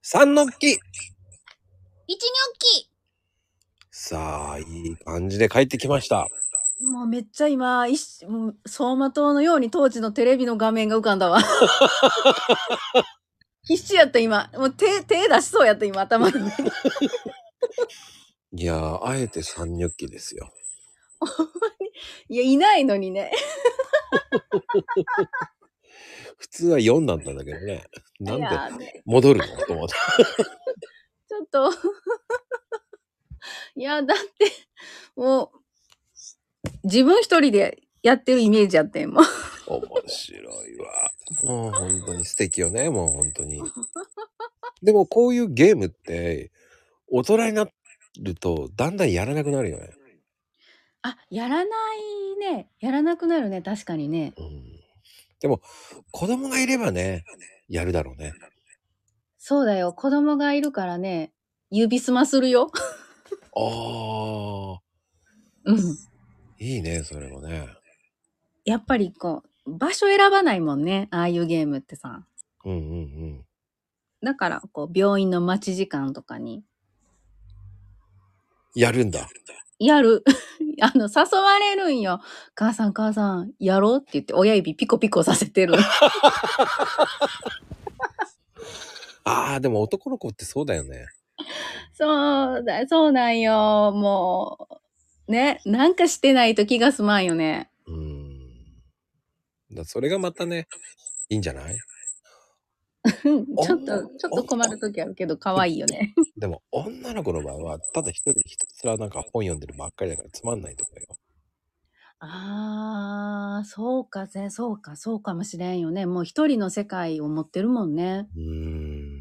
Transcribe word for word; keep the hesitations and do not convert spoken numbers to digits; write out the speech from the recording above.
三のっき一ニョッキ。 さあ、いい感じで帰ってきました。 もうめっちゃ今、一もう走馬灯のように当時のテレビの画面が浮かんだわ。必死やった今。もう手、手出しそうやった今、頭の上に。 いやー、あえて三ニョッキですよ。 いや、いないのにね。 普通はよんなんだんだけどね。なんでいやーね、 戻るのと思った。 ちょっと。いや、だって、もう、自分一人でやってるイメージやってんもん。 面白いわ。もう本当に素敵よね、もう本当に。でもこういうゲームって、大人になるとだんだんやらなくなるよね。 あ、やらないね。やらなくなるね、確かにね。 うん。でも、子供がいればね、やるだろうね。 そうだよ。子供がいるからね、指すまするよ。 ああ、 うん。 いいね、それもね。 やっぱりこう、場所選ばないもんね。ああいうゲームってさ。 うんうんうん。 だから、こう、病院の待ち時間とかに、 やるんだ。 やる。あの、誘われるんよ。母さん、母さん、やろうって言って、親指ピコピコさせてる。 ああ、でも男の子ってそうだよね。 そうだ、そうなんよ。もう、ね、なんかしてないと気が済まんよね。 うーん。だそれがまたね、いいんじゃない？ ちょっと、ちょっと困る時あるけど、可愛いよね。 でも女の子の場合は、ただ一人でひたすらなんか本読んでるばっかりだからつまんないと思うよ。 あー、そうかぜ、そうか、そうかもしれんよね。もう一人の世界を持ってるもんね。 うーん。